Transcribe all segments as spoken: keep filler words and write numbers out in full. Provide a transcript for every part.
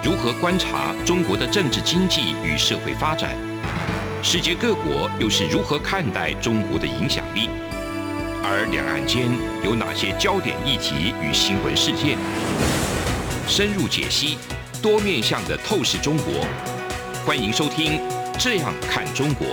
如何观察中国的政治经济与社会发展？世界各国又是如何看待中国的影响力？而两岸间有哪些焦点议题与新闻事件？深入解析，多面向的透视中国。欢迎收听《这样看中国》。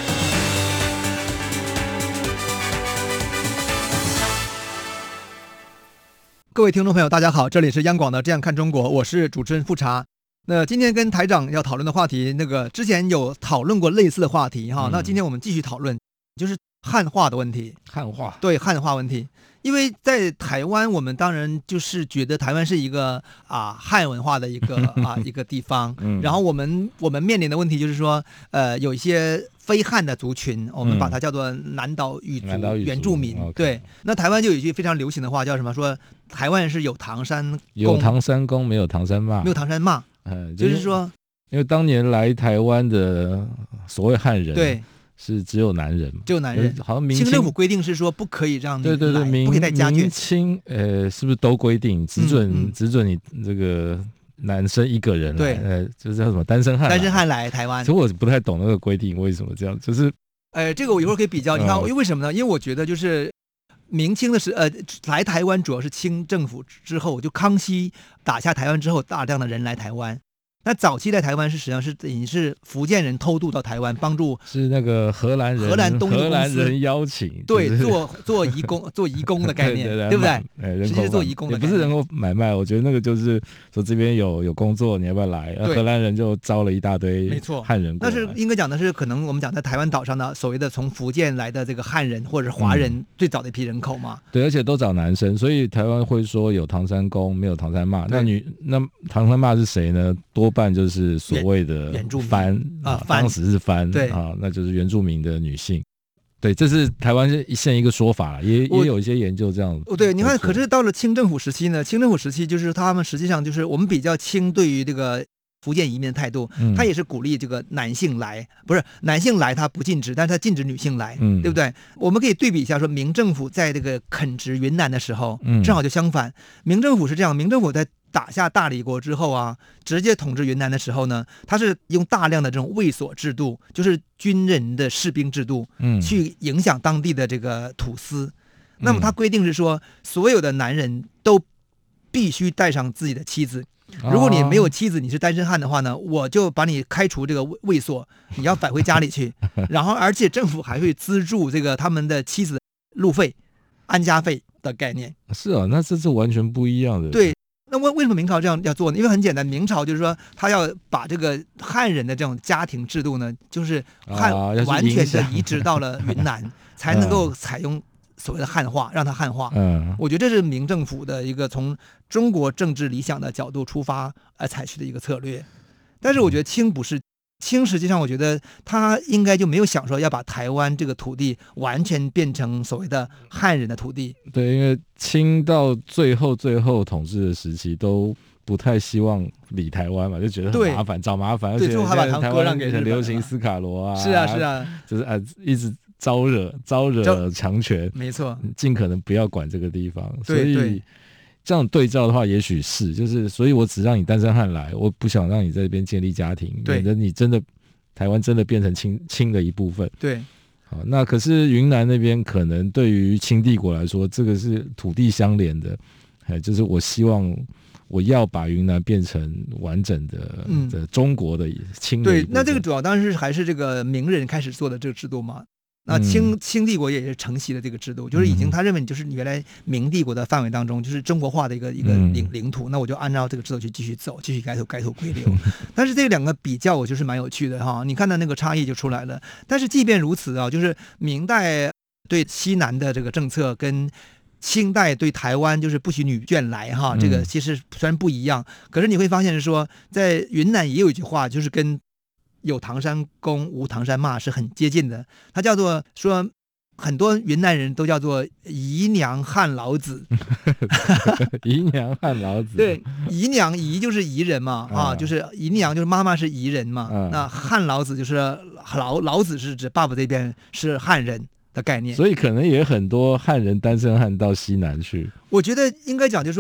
各位听众朋友大家好，这里是央广的《这样看中国》，我是主持人富察。那今天跟台长要讨论的话题，那个之前有讨论过类似的话题哈、嗯，那今天我们继续讨论，就是汉化的问题。 汉化， 对，汉化问题。因为在台湾，我们当然就是觉得台湾是一个啊汉文化的一个啊一个地方，嗯、然后我们我们面临的问题就是说，呃，有一些非汉的族群，我们把它叫做南岛语族、嗯、原住民。对，那台湾就有一句非常流行的话，叫什么？说台湾是有唐山公， 有唐山公，没有唐山骂， 没有唐山骂。嗯，就是说， 因为当年来台湾的所谓汉人， 对。 是只有男人， 只有男人， 好像明清清政府规定是说不可以让你来， 对对对， 不可以带家眷。 明清呃，是不是都规定只准、嗯嗯、只准你这个男生一个人来？ 对， 呃，就是叫什么单身汉， 单身汉来台湾。 其实我不太懂那个规定为什么这样，就是， 呃，这个我一会儿可以比较。你看，因为为什么呢？因为我觉得就是明清的时呃来台湾主要是清政府之后，就康熙打下台湾之后，大量的人来台湾。那早期在台湾是实际上是已经是福建人偷渡到台湾，帮助是那个荷兰人， 荷兰东荷兰人邀请， 对， 就是、 做做移工做移工的概念，对, 对, 对, 对不对？实际是做移工的概念， 也不是人口买卖。我觉得那个就是说这边有有工作，你要不要来？荷兰人就招了一大堆没错汉人过来。 那是应该讲的是可能我们讲在台湾岛上的所谓的从福建来的这个汉人或者是华人、嗯、最早的一批人口嘛。 对，而且都找男生，所以台湾会说有唐山公，没有唐山骂。那女那唐山骂是谁呢？多半就是所谓的番啊，当时是番对啊，那就是原住民的女性。对，这是台湾现一个说法了，也也有一些研究这样。 对，你看，可是到了清政府时期呢，清政府时期就是他们实际上就是我们比较清对于这个福建移民的态度，嗯、他也是鼓励这个男性来，不是男性来他不禁止，但是他禁止女性来，嗯、对不对？我们可以对比一下，说明政府在这个垦殖云南的时候，嗯、正好就相反，明政府是这样，明政府在打下大理国之后啊，直接统治云南的时候呢，他是用大量的这种卫所制度，就是军人的士兵制度，嗯，去影响当地的这个土司。嗯、那么他规定是说，所有的男人都必须带上自己的妻子。如果你没有妻子，你是单身汉的话呢，我就把你开除这个卫所，你要返回家里去。然后，而且政府还会资助这个他们的妻子路费、安家费的概念。 是啊，那这是完全不一样的。 对。那为为什么明朝这样要做呢？因为很简单，明朝就是说他要把这个汉人的这种家庭制度呢，就是汉、啊、完全的移植到了云南，才能够采用所谓的汉化，让它汉化。嗯，我觉得这是明政府的一个从中国政治理想的角度出发而采取的一个策略。但是我觉得清不是。清实际上我觉得他应该就没有想说要把台湾这个土地完全变成所谓的汉人的土地。 对，因为清到最后最后统治的时期都不太希望理台湾嘛，就觉得很麻烦，找麻烦，而且最后还把台湾割让给很流行斯卡罗啊， 是啊是啊， 就是啊一直招惹招惹强权， 没错， 尽可能不要管这个地方， 对所以对这样对照的话，也许是，就是所以我只让你单身汉来，我不想让你在这边建立家庭，免得你真的台湾真的变成清清的一部分。 对， 好，那可是云南那边可能对于清帝国来说，这个是土地相连的，就是我希望我要把云南变成完整的、嗯、的中国的清的一部分。 对，那这个主要当然是还是这个明人开始做的这个制度嘛。那清清帝国也是承袭了这个制度，就是已经他认为你就是你原来明帝国的范围当中就是中国化的一个一个领领土，那我就按照这个制度去继续走，继续改头改头归流。但是这两个比较我就是蛮有趣的哈，你看到那个差异就出来了。但是即便如此啊，就是明代对西南的这个政策跟清代对台湾就是不许女眷来哈，这个其实虽然不一样，可是你会发现是说在云南也有一句话就是跟有唐山公无唐山骂是很接近的，它叫做说很多云南人都叫做姨娘汉老子。 姨娘汉老子， 对，姨娘姨就是姨人嘛，啊，啊就是姨娘就是妈妈是姨人嘛，啊、那汉老子就是老老子是指爸爸这边是汉人的概念， 所以可能也很多汉人单身汉到西南去。 我觉得应该讲就是说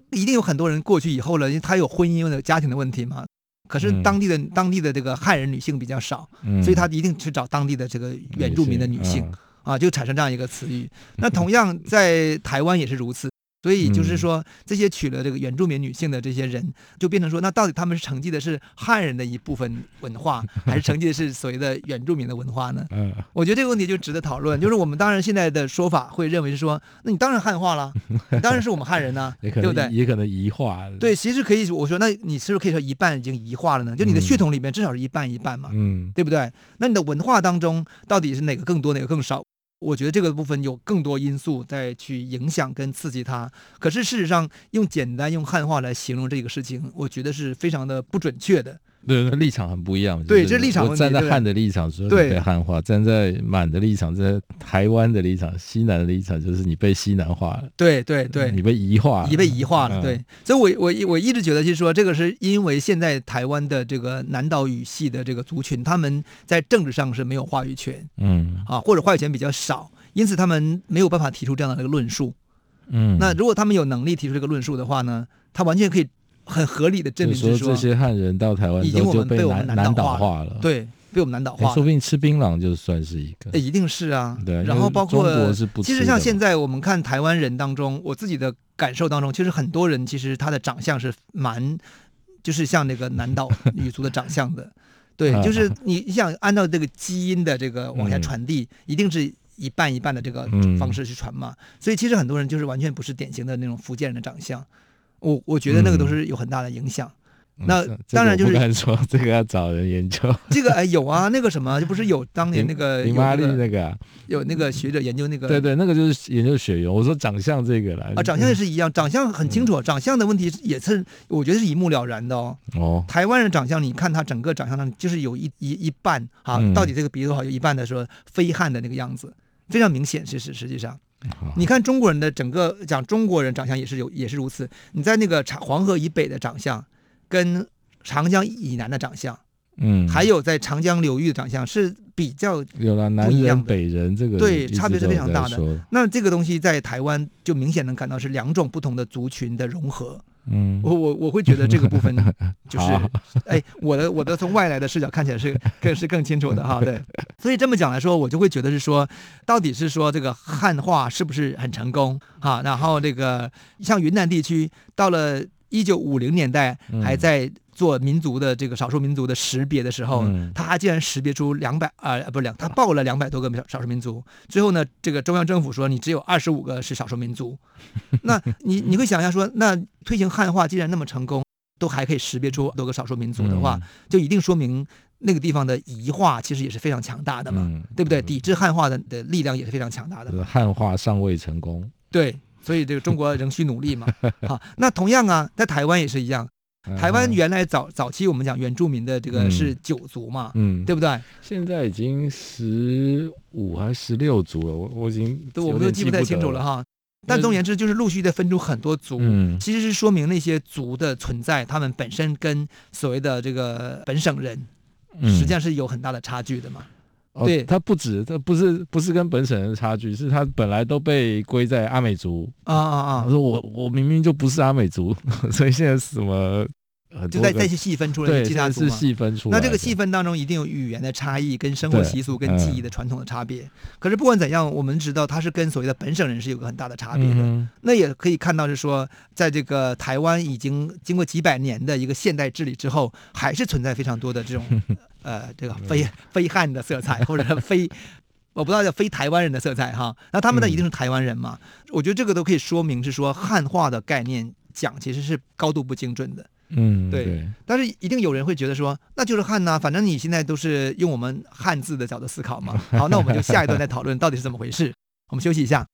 一定有很多人过去以后了，因为他有婚姻的家庭的问题嘛。可是当地的、嗯、当地的这个汉人女性比较少，嗯、所以他一定去找当地的这个原住民的女性、嗯、啊，就产生这样一个词语。那同样在台湾也是如此。所以就是说，这些娶了这个原住民女性的这些人，就变成说，那到底他们是承继的是汉人的一部分文化，还是承继的是所谓的原住民的文化呢？嗯，我觉得这个问题就值得讨论。就是我们当然现在的说法会认为是说，那你当然汉化了，你当然是我们汉人呢、啊，对不对？ 也可能移化。 对，其实可以，我说，那你是不是可以说一半已经移化了呢？就你的血统里面至少是一半一半嘛，嗯，对不对？那你的文化当中到底是哪个更多，哪个更少？我觉得这个部分有更多因素在去影响跟刺激它，可是事实上用简单用汉化来形容这个事情，我觉得是非常的不准确的。 对，立场很不一样。 对，这立场问题。 我站在汉的立场说你被汉化，站在满的立场，在台湾的立场，西南的立场就是你被西南化了。 对对对， 你被移化了， 你被移化了。嗯、对，所以我我我一直觉得就是说，这个是因为现在台湾的这个南岛语系的这个族群，他们在政治上是没有话语权，嗯啊，或者话语权比较少，因此他们没有办法提出这样的一个论述。嗯，那如果他们有能力提出这个论述的话呢，他完全可以很合理的证明是说， 这些汉人到台湾之后就被南南岛化了， 对，被我们南岛化了。 说不定吃槟榔就算是一个， 一定是啊。 对， 然后包括中国是不吃的。 其实像现在我们看台湾人当中，我自己的感受当中，其实很多人其实他的长相是蛮，就是像那个南岛语族的长相的。对，就是你想按照这个基因的这个往下传递，嗯、一定是一半一半的这个方式去传嘛。嗯、所以其实很多人就是完全不是典型的那种福建人的长相。我我觉得那个都是有很大的影响。嗯、那当然就是、 这个、我不敢说这个要找人研究。 这个哎有啊，那个什么，就不是有当年那个林玛丽那个、啊、 有那个学者研究那个， 对对，那个就是研究血缘。我说长相这个啦， 啊，长相也是一样，长相很清楚，嗯、长相的问题也是我觉得是一目了然的哦。哦，台湾人长相，你看他整个长相上就是有一一一半啊，嗯、到底这个鼻子多少有一半的说非汉的那个样子，非常明显，是是实际上。你看中国人的整个讲中国人长相也是有也是如此，你在那个黄河以北的长相跟长江以南的长相，嗯，还有在长江流域的长相是比较有了南人北人这个对差别是非常大的。那这个东西在台湾就明显能感到是两种不同的族群的融合。嗯，我我我会觉得这个部分就是，哎，我的我的从外来的视角看起来是更是更清楚的哈，对。所以这么讲来说，我就会觉得是说，到底是说这个汉化是不是很成功哈？然后这个像云南地区到了一九五零年代还在做民族的这个少数民族的识别的时候，嗯、他还竟然识别出两百啊不是两，他报了两百多个少数民族，最后呢，这个中央政府说你只有二十五个是少数民族，那你你会想象说，那推行汉化既然那么成功，都还可以识别出多个少数民族的话，嗯、就一定说明那个地方的夷化其实也是非常强大的嘛，嗯、对不对？抵制汉化的的力量也是非常强大的嘛。 汉化尚未成功， 对，所以这个中国仍需努力嘛。好，那同样啊，在台湾也是一样。台湾原来早早期我们讲原住民的这个是九族嘛，嗯，对不对？ 现在已经十五还是十六族了，我我已经都我们都记不太清楚了哈。但总而言之，就是陆续的分出很多族，嗯、其实是说明那些族的存在，他们本身跟所谓的这个本省人，嗯、实际上是有很大的差距的嘛。对， 哦、他不止，他不是不是跟本省人的差距，是他本来都被归在阿美族啊啊啊！ 我说我我明明就不是阿美族，所以现在什么？ 就再再去细分出来其他族嘛， 是细分出来。 那这个细分当中一定有语言的差异、跟生活习俗、跟记忆的传统的差别。嗯、可是不管怎样，我们知道它是跟所谓的本省人是有个很大的差别的。嗯、那也可以看到是说，在这个台湾已经经过几百年的一个现代治理之后，还是存在非常多的这种呃这个非非汉的色彩，或者非我不知道叫非台湾人的色彩哈。那他们呢一定是台湾人嘛？嗯、我觉得这个都可以说明是说汉化的概念讲其实是高度不精准的。 嗯， 对， 对， 但是一定有人会觉得说，那就是汉呐、啊，反正你现在都是用我们汉字的角度思考嘛。好，那我们就下一段再讨论到底是怎么回事。我们休息一下。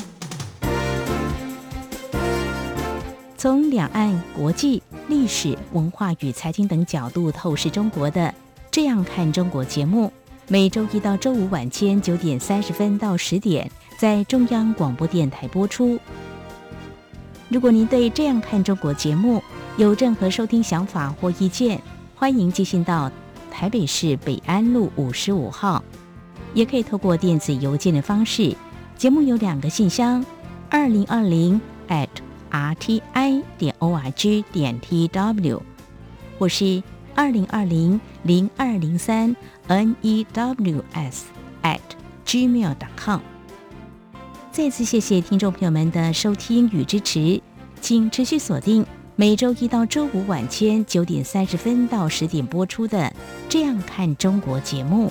从两岸、国际、历史、文化与财经等角度透视中国的《这样看中国》节目，每周一到周五晚间九点三十分到十点，在中央广播电台播出。如果您对《这样看中国》节目有任何收听想法或意见，欢迎寄信到台北市北安路五十五号，也可以透过电子邮件的方式。节目有两个信箱：二零二零 at r t i 点 o r g 点 t w， 或是二零二零零二零三 n e w s at gmail 点 com。 再次谢谢听众朋友们的收听与支持，请持续锁定每周一到周五晚间九点三十分到十点播出的《这样看中国》节目。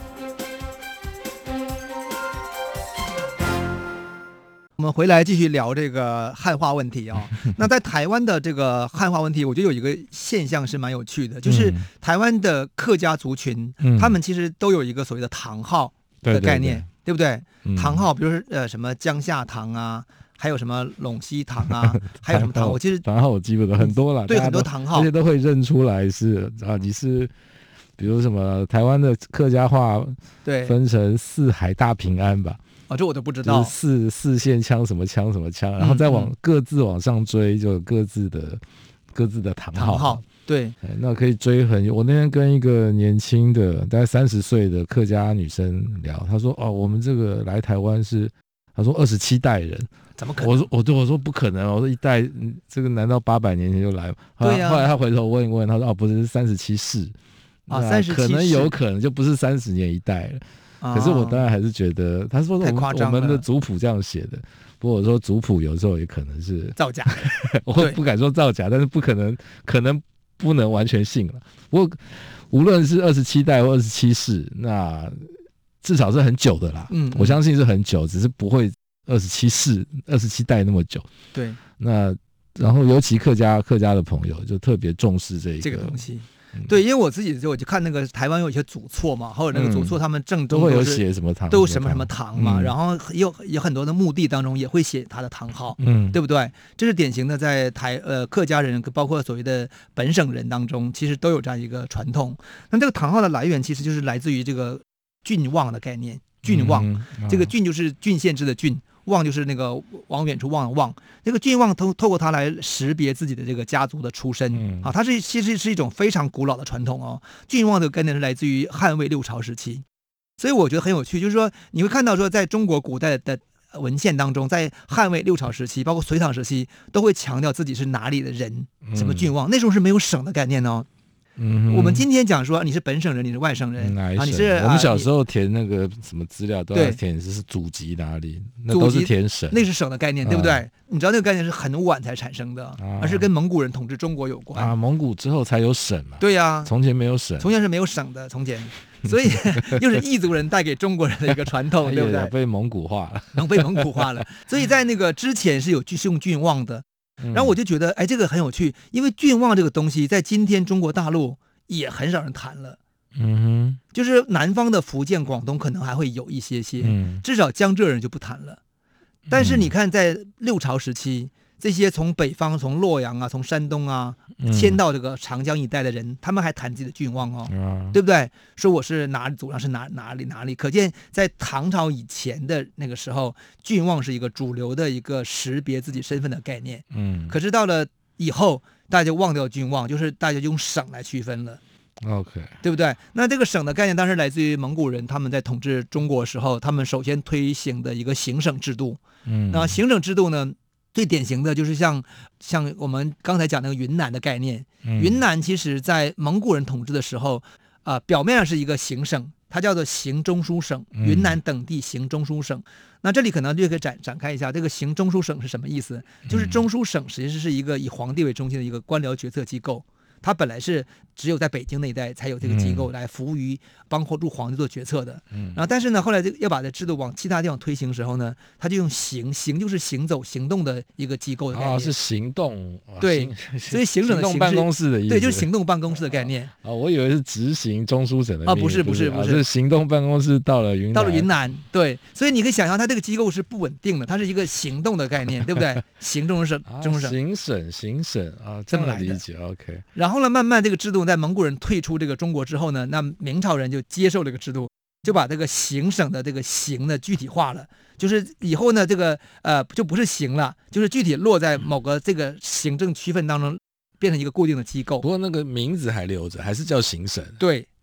我们回来继续聊这个汉化问题啊。那在台湾的这个汉化问题，我觉得有一个现象是蛮有趣的，就是台湾的客家族群，嗯、他们其实都有一个所谓的堂号的概念，对, 对, 对, 对不对？嗯、堂号，比如说呃什么江夏堂啊，还有什么陇西堂啊，还有什么堂？我其实堂号我记不得很多了， 对，很多堂号， 而且都会认出来是啊，你是。比如什么台湾的客家话，对，分成四海大平安吧。 哦，这我都不知道。 就是四四线腔什么腔什么腔，然后再往、嗯、各自往上追，就有各自的各自的堂号。 堂号对， 那可以追很久。我那天跟一个年轻的大概三十岁的客家女生聊，她说：“哦，我们这个来台湾是，她说二十七代人。” 怎么可能？ 我说我对我说不可能，我说一代这个难道八百年前就来？ 对呀、啊。 后来他回头问一问，他说：“哦，不是，是三十七世。” 啊，三十七可能有可能就不是三十年一代了、啊。可是我当然还是觉得，他说我们我们的族谱这样写的。不过我说族谱有时候也可能是造假， 我不敢说造假，但是不可能，可能不能完全信了。不过无论是二十七代或二十七世，那至少是很久的啦。嗯，我相信是很久，只是不会二十七世、二十七代那么久。 对， 那然后尤其客家客家的朋友就特别重视这一个这个东西。对，因为我自己就我就看那个台湾有一些祖册嘛，或者那个祖册他们正宗都会有写什么堂， 都有什么什么堂嘛，嗯、然后有有很多的墓地当中也会写他的堂号，嗯，对不对？这是典型的在台呃客家人，包括所谓的本省人当中，其实都有这样一个传统。那这个堂号的来源其实就是来自于这个郡望的概念，郡望，嗯啊、这个郡就是郡县制的郡。望就是那个往远处望的望，那个郡望透透过它来识别自己的这个家族的出身、嗯、啊，它是其实是一种非常古老的传统哦。郡望的概念是来自于汉魏六朝时期，所以我觉得很有趣，就是说你会看到说，在中国古代的文献当中，在汉魏六朝时期，包括隋唐时期，都会强调自己是哪里的人，什么郡望，那时候是没有省的概念哦。嗯，我们今天讲说你是本省人，你是外省人， 哪一省？啊、你是我们小时候填那个什么资料都要填是祖籍哪里，那都是填省， 那是省的概念，对不对？啊、你知道那个概念是很晚才产生的，啊、而是跟蒙古人统治中国有关啊。蒙古之后才有省嘛？ 对呀、啊， 从前没有省， 从前是没有省的，从前。所以又是异族人带给中国人的一个传统，对不对？ 被蒙古化了， 能被蒙古化了。所以在那个之前是有是用郡望的，然后我就觉得，哎，这个很有趣，因为郡望这个东西在今天中国大陆也很少人谈了，嗯哼，就是南方的福建、广东可能还会有一些些，嗯，至少江浙人就不谈了。但是你看，在六朝时期，这些从北方、从洛阳啊、从山东啊迁到这个长江一带的人，嗯、他们还谈自己的郡望哦，嗯、对不对？说我是哪里祖上是哪哪里哪里，可见在唐朝以前的那个时候，郡望是一个主流的一个识别自己身份的概念。嗯，可是到了以后，大家就忘掉郡望，就是大家用省来区分了。 OK， 对不对？那这个省的概念当时来自于蒙古人，他们在统治中国的时候，他们首先推行的一个行省制度。嗯，那行省制度呢，最典型的就是像像我们刚才讲那个云南的概念。嗯、云南其实在蒙古人统治的时候，啊、呃，表面上是一个行省，它叫做行中书省，云南等地行中书省。嗯、那这里可能就可以展展开一下，这个行中书省是什么意思？就是中书省实际是一个以皇帝为中心的一个官僚决策机构。它本来是只有在北京那一带才有这个机构来服务于帮助皇帝做决策的，嗯，然后但是呢，后来要把这制度往其他地方推行的时候呢，他就用行行就是行走行动的一个机构的概念， 哦，是行动， 对，所以行省的行动办公室的意思， 对，就是行动办公室的概念。 啊、哦，我以为是执行中书省的啊，不是不是不是， 是行动办公室到了云南， 到了云南，对，所以你可以想象，它这个机构是不稳定的，它是一个行动的概念，对不对？行中省，中省， 行省，行省啊，这么理解 ，OK。 然后呢，慢慢这个制度在蒙古人退出这个中国之后呢，那明朝人就接受这个制度，就把这个行省的这个行呢具体化了，就是以后呢这个呃就不是行了，就是具体落在某个这个行政区分当中，变成一个固定的机构。 不过那个名字还留着，还是叫行省。 对。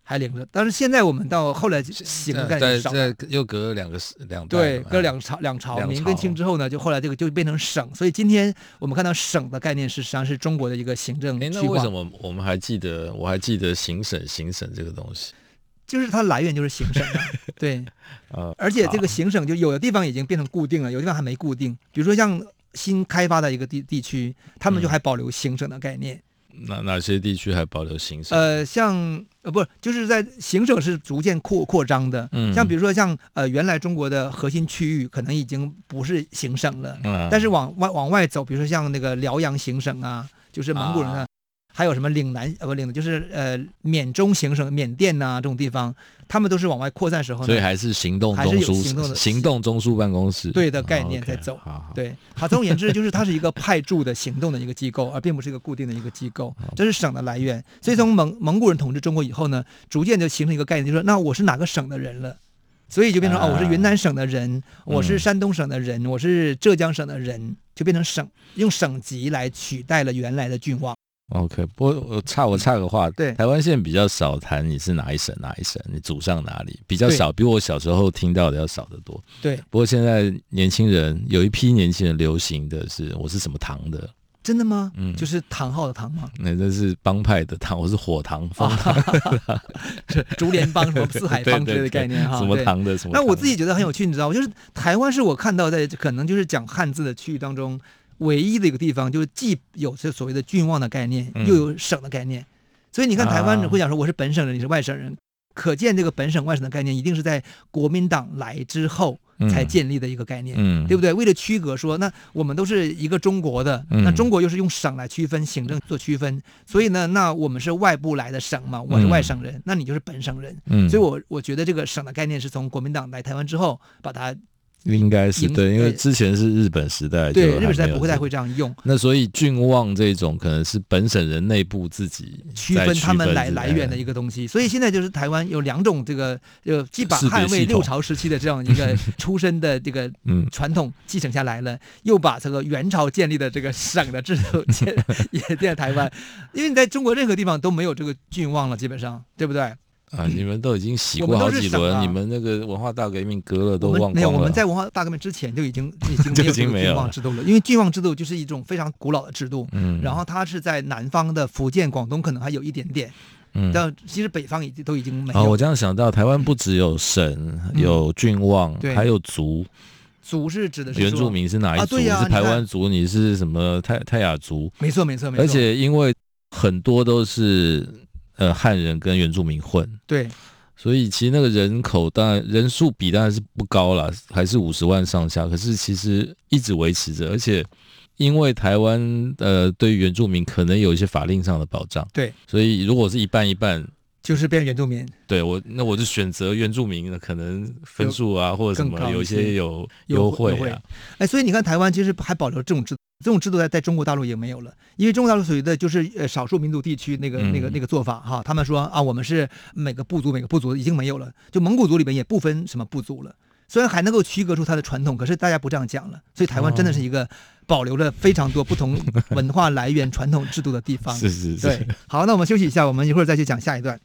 还领着。但是现在我们到后来行的概念少了， 又隔了两个两代， 对，隔了两朝两朝，明跟清之后呢，就后来这个就变成省。所以今天我们看到省的概念，实际上是中国的一个行政区划。 那为什么我们还记得，我还记得行省行省这个东西？ 就是它来源就是行省啊，对， 呃， 而且这个行省就有的地方已经变成固定了，有的地方还没固定。比如说像新开发的一个地地区，他们就还保留行省的概念。嗯哪哪些地区还保留行省？ 呃，像呃不是，就是在行省是逐渐扩扩张的。嗯，像比如说像呃原来中国的核心区域可能已经不是行省了，嗯，但是往外往外走，比如说像那个辽阳行省啊，就是蒙古人啊。啊还有什么岭南呃不岭就是呃缅中行省缅甸呐、啊、这种地方，他们都是往外扩散时候呢， 所以还是行动中枢行动的行动中枢办公室对的概念在走。哦 okay, 好好对，好，总而言之就是它是一个派驻的行动的一个机构，而并不是一个固定的一个机构，这是省的来源。所以从蒙蒙古人统治中国以后呢，逐渐就形成一个概念，就是说那我是哪个省的人了。所以就变成、啊、哦，我是云南省的人，我是山东省的人，嗯、我是浙江省的人，就变成省，用省级来取代了原来的郡望。 OK， 不过我插我插个话， 对， 台湾现在比较少谈你是哪一省哪一省，你祖上哪里比较少，比我小时候听到的要少得多。 对， 不过现在年轻人有一批年轻人流行的是我是什么堂的。 真的吗？嗯，就是唐号的唐吗？ 那这是帮派的唐，我是火唐方唐， 哦、是竹联帮什么四海帮之类的概念哈。 什么唐的什么唐的？ 那我自己觉得很有趣，你知道吗？就是台湾是我看到在可能就是讲汉字的区域当中唯一的一个地方，就是既有这所谓的郡望的概念，又有省的概念。嗯、所以你看台湾人会讲说我是本省人，你是外省人，可见这个本省外省的概念一定是在国民党来之后才建立的一个概念，嗯、对不对？为了区隔说，那我们都是一个中国的，嗯、那中国又是用省来区分，行政做区分，所以呢，那我们是外部来的省嘛，我是外省人，嗯、那你就是本省人。嗯、所以我我觉得这个省的概念是从国民党来台湾之后把它。 应该是对，因为之前是日本时代， 对日本时代不会太会这样用。 那所以郡望这种可能是本省人内部自己区分他们来来源的一个东西。所以现在就是台湾有两种这个呃，既把捍卫六朝时期的这样一个出身的这个传统继承下来了，又把这个元朝建立的这个省的制度也建在台湾。因为你在中国任何地方都没有这个郡望了，基本上对不对？ 啊！你们都已经洗过好几轮，啊、你们那个文化大革命革了都忘光了。 没有，我们在文化大革命之前就已经已经没有这个郡望制度了，因为郡望制度就是一种非常古老的制度。嗯，然后它是在南方的福建、广东可能还有一点点，嗯，但其实北方已经都已经没有。 哦，我这样想到，台湾不只有省、嗯、有郡望， 对， 还有族。 族是指的是原住民是哪一族？ 啊啊、 是排湾族？你是什么泰泰雅族？ 没错，没错，没错。 而且因为很多都是呃汉人跟原住民混， 对。 所以其实那个人口当然人数比当然是不高啦，还是五十万上下，可是其实一直维持着，而且因为台湾呃对于原住民可能有一些法令上的保障， 对， 所以如果是一半一半， 就是变原住民。 对我那我就选择原住民的，可能分数啊或者什么有一些有优惠啊。 哎，所以你看台湾其实还保留这种制度。这种制度在在中国大陆也没有了，因为中国大陆属于的就是呃少数民族地区那个、嗯、那个那个做法哈，他们说啊我们是每个部族每个部族已经没有了，就蒙古族里面也不分什么部族了，虽然还能够区隔出它的传统，可是大家不这样讲了，所以台湾真的是一个保留了非常多不同文化来源、传统制度的地方。 是是是。 对，好，那我们休息一下，我们一会儿再去讲下一段。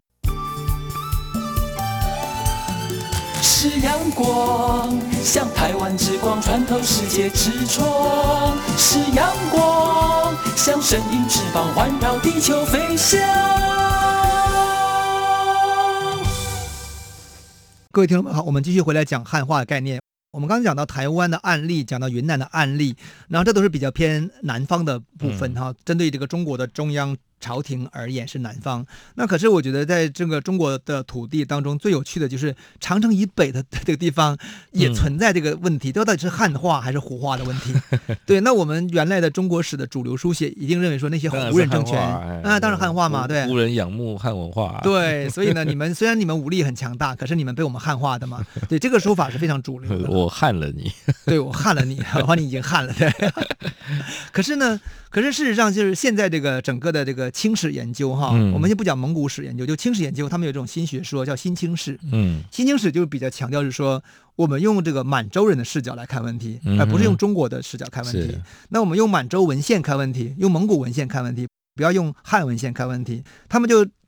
是阳光，像台湾之光穿透世界之窗；是阳光，像神鹰翅膀环绕地球飞翔。 各位听众们好，我们继续回来讲汉化的概念。我们刚刚讲到台湾的案例，讲到云南的案例，然后这都是比较偏南方的部分哈、嗯，针对这个中国的中央朝廷而言是南方。那可是我觉得在这个中国的土地当中最有趣的就是长城以北的这个地方也存在这个问题，这、嗯、到底是汉化还是胡化的问题。对，那我们原来的中国史的主流书写一定认为说那些胡人政权啊，当然汉化嘛，对， 胡人仰慕汉文化、啊。 对，所以呢，你们虽然你们武力很强大，可是你们被我们汉化的嘛。对，这个说法是非常主流的。 我汉了你， 对，我汉了你，我把你已经汉了。对，可是呢，可是事实上就是现在这个整个的这个清史研究哈、嗯，我们先不讲蒙古史研究，就清史研究，他们有一种新学说叫新清史。嗯，新清史就比较强调是说，我们用这个满洲人的视角来看问题，嗯、而不是用中国的视角看问题。那我们用满洲文献看问题，用蒙古文献看问题，不要用汉文献看问题。他们就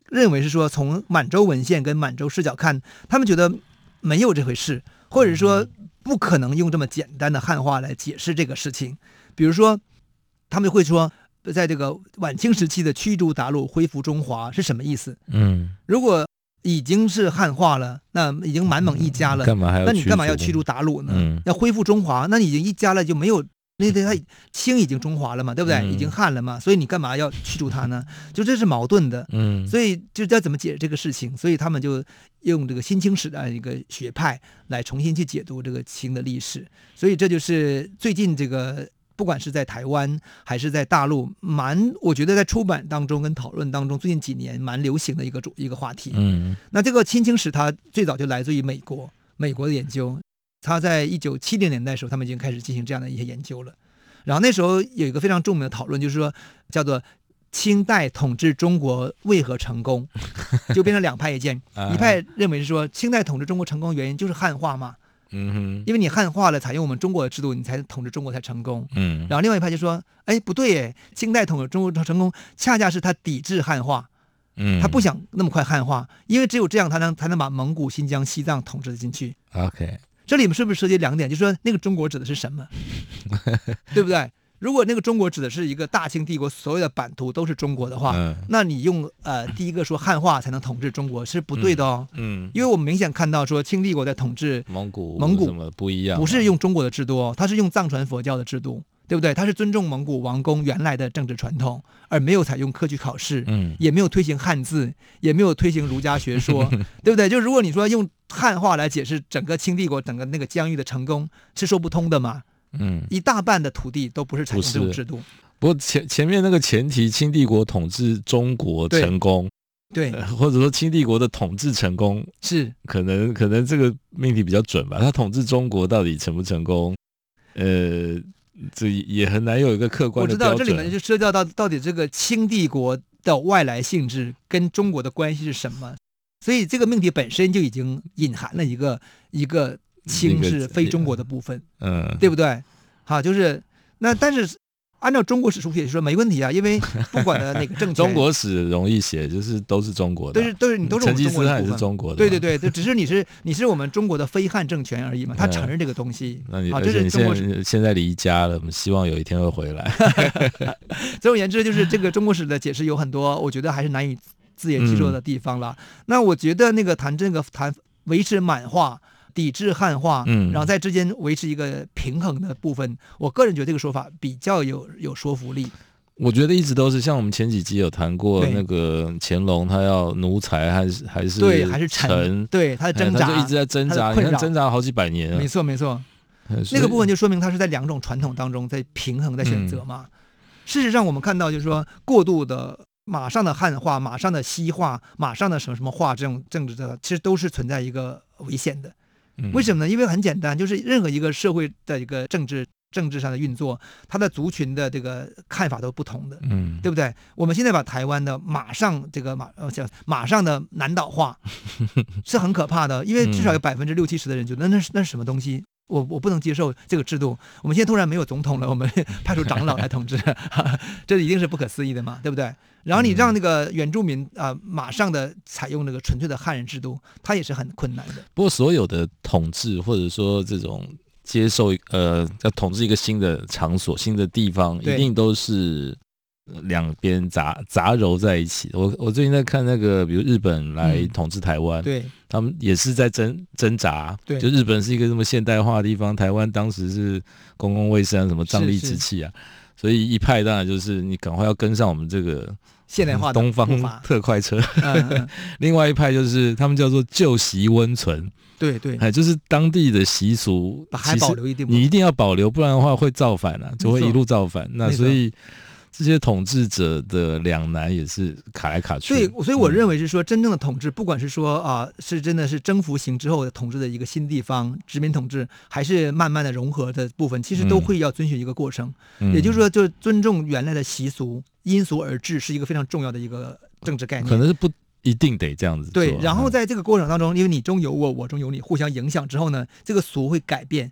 认为是说从满洲文献跟满洲视角看，他们觉得没有这回事，或者说不可能用这么简单的汉话来解释这个事情。比如说他们会说在这个晚清时期的驱逐鞑虏恢复中华是什么意思？嗯，如果已经是汉化了，那已经满蒙一家了， 干嘛还要那你干嘛要驱逐鞑虏呢？嗯、要恢复中华，那你已经一家了，就没有那他清已经中华了嘛，对不对？嗯、已经汉了嘛，所以你干嘛要驱逐他呢？就这是矛盾的。嗯，所以就要怎么解释这个事情？所以他们就用这个新清史的一个学派来重新去解读这个清的历史。所以这就是最近这个。不管是在台湾还是在大陆，蛮我觉得在出版当中跟讨论当中，最近几年蛮流行的一个主一个话题。嗯，那这个新清史它最早就来自于美国，美国的研究，它在一九七零年代的时候，他们已经开始进行这样的一些研究了。然后那时候有一个非常著名的讨论，就是说叫做清代统治中国为何成功，就变成两派意见，一派认为是说清代统治中国成功原因就是汉化嘛。嗯哼，因为你汉化了，采用我们中国的制度，你才统治中国才成功。嗯，然后另外一派就说，哎，不对，哎，清代统治中国成功，恰恰是他抵制汉化，嗯，他不想那么快汉化，因为只有这样，他能才能把蒙古、新疆、西藏统治进去。 OK， 这里面是不是涉及两点？就是说那个中国指的是什么，对不对？如果那个中国指的是一个大清帝国，所有的版图都是中国的话，嗯、那你用呃第一个说汉化才能统治中国是不对的哦。嗯，因为我们明显看到说清帝国在统治蒙古， 蒙古什么不一样？ 不是用中国的制度哦，它是用藏传佛教的制度，对不对？它是尊重蒙古王公原来的政治传统，而没有采用科举考试，嗯，也没有推行汉字，也没有推行儒家学说，对不对？就如果你说用汉化来解释整个清帝国整个那个疆域的成功，是说不通的嘛。嗯，一大半的土地都不是采用这种制度。 不过前前面那个前提，清帝国统治中国成功， 对， 对呃、或者说清帝国的统治成功， 是可能可能这个命题比较准吧。他统治中国到底成不成功？呃，这也很难有一个客观的标准。 我知道这里面就涉及到到底这个清帝国的外来性质跟中国的关系是什么，所以这个命题本身就已经隐含了一个一个。清是非中国的部分，嗯，对不对？好，就是那，但是按照中国史书写说没问题啊，因为不管的那个政权， 中国史容易写，就是都是中国的， 都是都是你都是我们中国的部分， 成吉思汗也是中国的， 对对对，只是你是你是我们中国的非汉政权而已嘛，他承认这个东西。 那你，这是中国史现在离家了，我们希望有一天会回来。 总而言之，就是这个中国史的解释有很多，我觉得还是难以自圆其说的地方了。嗯、那我觉得那个谈这个谈维持满化。抵制汉化，嗯，然后在之间维持一个平衡的部分，我个人觉得这个说法比较有有说服力。 我觉得一直都是像我们前几集有谈过，那个乾隆他要奴才还是还是对还是臣，对他的挣扎， 他就一直在挣扎，你看挣扎好几百年了。 没错没错，那个部分就说明他是在两种传统当中在平衡在选择嘛。嗯、事实上我们看到就是说过度的。马上的汉化，马上的西化，马上的什么什么化，这种政治的其实都是存在一个危险的。为什么呢？因为很简单，就是任何一个社会的一个政治政治上的运作，它的族群的这个看法都不同的，嗯，对不对？我们现在把台湾的马上这个马呃马上的南岛化是很可怕的，因为至少有百分之六七十的人觉得那是那是什么东西。我我不能接受这个制度。我们现在突然没有总统了，我们派出长老来统治，这一定是不可思议的嘛，对不对？然后你让那个原住民啊、呃，马上的采用那个纯粹的汉人制度，它也是很困难的。 不过所有的统治或者说这种接受呃要统治一个新的场所、新的地方，一定都是两边杂杂糅在一起。我我最近在看那个，比如日本来统治台湾，嗯、对，他们也是在挣挣扎。对，就日本是一个这么现代化的地方，台湾当时是公共卫生、什么瘴疠之气啊，所以一派当然就是你赶快要跟上我们这个现代化的东方特快车。嗯嗯另外一派就是他们叫做旧习温存。 对对， 哎，就是当地的习俗， 还保留一定， 你一定要保留，不然的话会造反啊，就会一路造反。那所以这些统治者的两难也是卡来卡去。 所以，所以我认为是说，真正的统治，不管是说啊、呃，是真的是征服型之后的统治的一个新地方殖民统治，还是慢慢的融合的部分，其实都会要遵循一个过程。嗯、也就是说，就尊重原来的习俗，因俗而治，是一个非常重要的一个政治概念。 可能是不。一定得这样子做。 对，然后在这个过程当中，因为你中有我，我中有你，互相影响之后呢，这个俗会改变，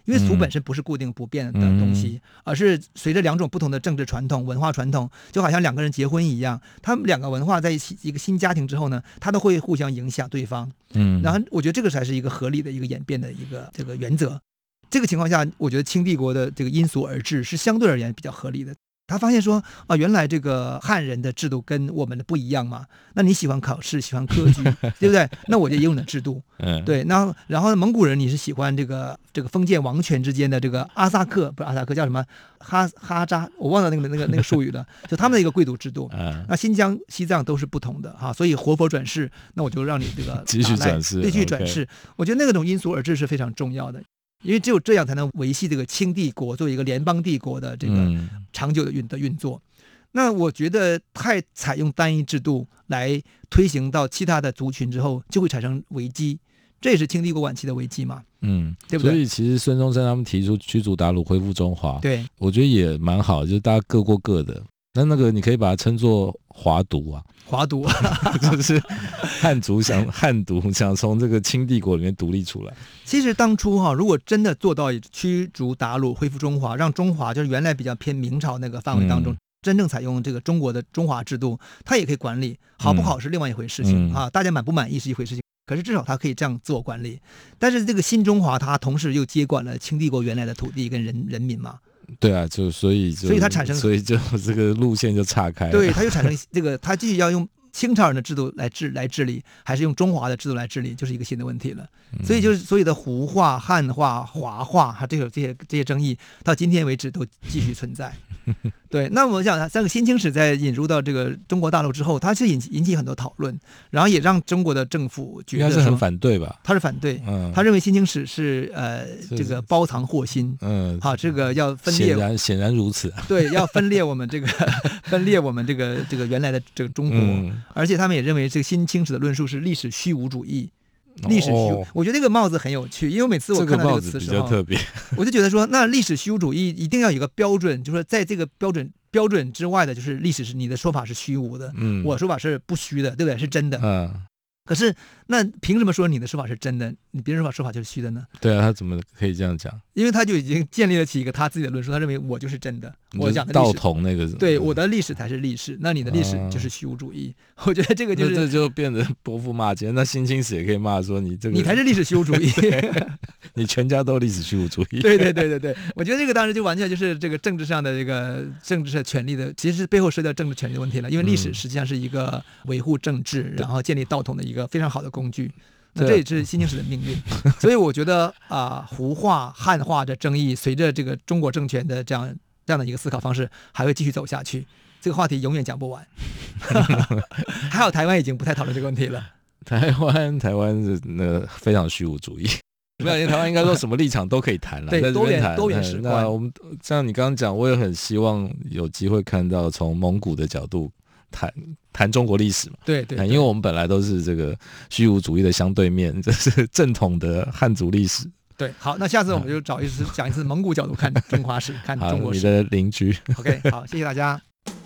因为俗本身不是固定不变的东西，嗯、而是随着两种不同的政治传统、文化传统，就好像两个人结婚一样，他们两个文化在一起一个新家庭之后呢，他都会互相影响对方。嗯，然后我觉得这个才是一个合理的一个演变的一个这个原则。这个情况下，我觉得清帝国的这个因俗而治是相对而言比较合理的。他发现说啊，原来这个汉人的制度跟我们的不一样嘛。那你喜欢考试，喜欢科举，对不对？那我就有你的制度。嗯，对。那然后蒙古人你是喜欢这个这个封建王权之间的这个阿萨克，不是阿萨克叫什么哈哈扎，我忘了那个那个那个术语了。就他们的一个贵族制度。嗯。那新疆、西藏都是不同的哈，所以活佛转世，那我就让你这个继续转世， 继续转世。Okay. 我觉得那种因俗而治是非常重要的。因为只有这样才能维系这个清帝国作为一个联邦帝国的这个长久的运的运作。那我觉得太采用单一制度来推行到其他的族群之后，就会产生危机，这也是清帝国晚期的危机嘛，嗯，对不对？ 所以其实孙中山他们提出驱逐鞑虏、恢复中华， 对， 我觉得也蛮好，就是大家各过各的。那那个你可以把它称作华独啊， 华独就是汉族想汉独想从这个清帝国里面独立出来。 其实当初哈、啊，如果真的做到驱逐鞑虏、恢复中华，让中华就是原来比较偏明朝那个范围当中。嗯，真正采用这个中国的中华制度，它也可以管理，好不好是另外一回事情、嗯、啊，大家满不满意是一回事情，可是至少它可以这样自我管理。但是这个新中华，它同时又接管了清帝国原来的土地跟人人民嘛。 对啊，就所以就所以它产生， 所以就这个路线就岔开了。 对，它就产生这个，它继续要用清朝人的制度来治来治理，还是用中华的制度来治理，就是一个新的问题了。所以就是所有的胡化、汉化、华化，它这个这些这些争议，到今天为止都继续存在。对，那我想这个新清史在引入到这个中国大陆之后，它是引引起很多讨论，然后也让中国的政府觉得他是很反对吧？ 他是反对，嗯，他认为新清史是呃这个包藏祸心，嗯，好，这个要分裂， 显然显然如此， 对，要分裂我们这个分裂我们这个这个原来的这个中国，嗯、而且他们也认为这个新清史的论述是历史虚无主义。历史虚无、哦，我觉得这个帽子很有趣，因为每次我看到这个词的时候， 这个帽子比较特别， 我就觉得说，那历史虚无主义一定要有一个标准，就是说在这个标准标准之外的，就是历史是你的说法是虚无的，嗯，我的说法是不虚的，对不对？是真的，嗯。可是那凭什么说你的说法是真的，你别人说法说法就是虚的呢？ 对啊，他怎么可以这样讲？ 因为他就已经建立了起一个他自己的论述，他认为我就是真的，我讲的道统那个， 对，我的历史才是历史，那你的历史就是虚无主义。啊、我觉得这个就是这就变得泼妇骂街。那新清史也可以骂说你这个， 你才是历史虚无主义， 你全家都历史虚无主义。 对对对对对，我觉得这个当时就完全就是这个政治上的这个政治的权利的，其实是背后涉及到政治权利的问题了。因为历史实际上是一个维护政治，然后建立道统的一个非常好的工具。那这也是新清史的命运，所以我觉得啊、呃，胡化、汉化的争议，随着这个中国政权的这样这样的一个思考方式，还会继续走下去。这个话题永远讲不完。还好台湾已经不太讨论这个问题了。 台湾台湾是那个非常虚无主义，没有，台湾应该说什么立场都可以谈了， 对， 在这边谈多元史观。 那我们像你刚刚讲，我也很希望有机会看到从蒙古的角度。谈谈中国历史嘛， 对 对, 对， 因为我们本来都是这个虚无主义的相对面，这是正统的汉族历史。 对，好，那下次我们就找一次讲一次蒙古角度看中华史，看中国史。 你的邻居。 OK， 好，谢谢大家。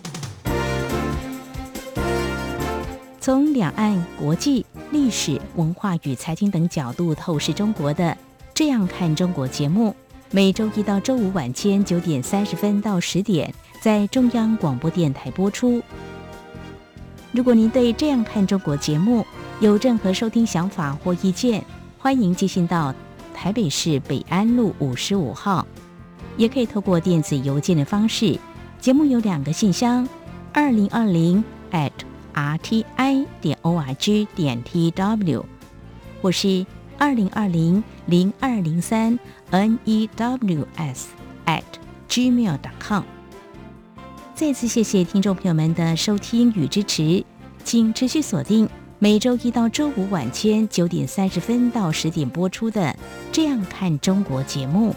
从两岸、国际、历史、文化与财经等角度透视中国的《这样看中国》节目，每周一到周五晚间九点三十分到十点，在中央广播电台播出。如果您对《这样看中国》节目有任何收听想法或意见，欢迎寄信到台北市北安路五十五号，也可以透过电子邮件的方式。节目有两个信箱：二零二零 at r t i 点 o r g 点 t w， 或是二零二零零二零三 n e w s at gmail 点 com。再次谢谢听众朋友们的收听与支持，请持续锁定每周一到周五晚间九点三十分到十点播出的《这样看中国》节目。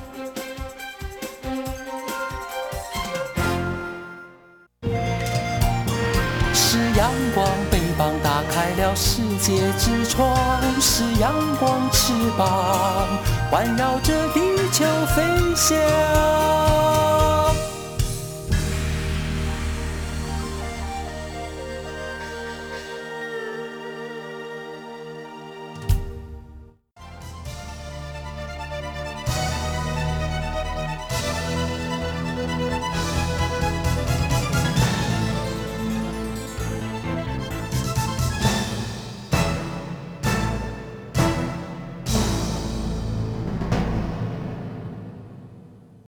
是阳光，翅膀打开了世界之窗，是阳光翅膀环绕着地球飞翔。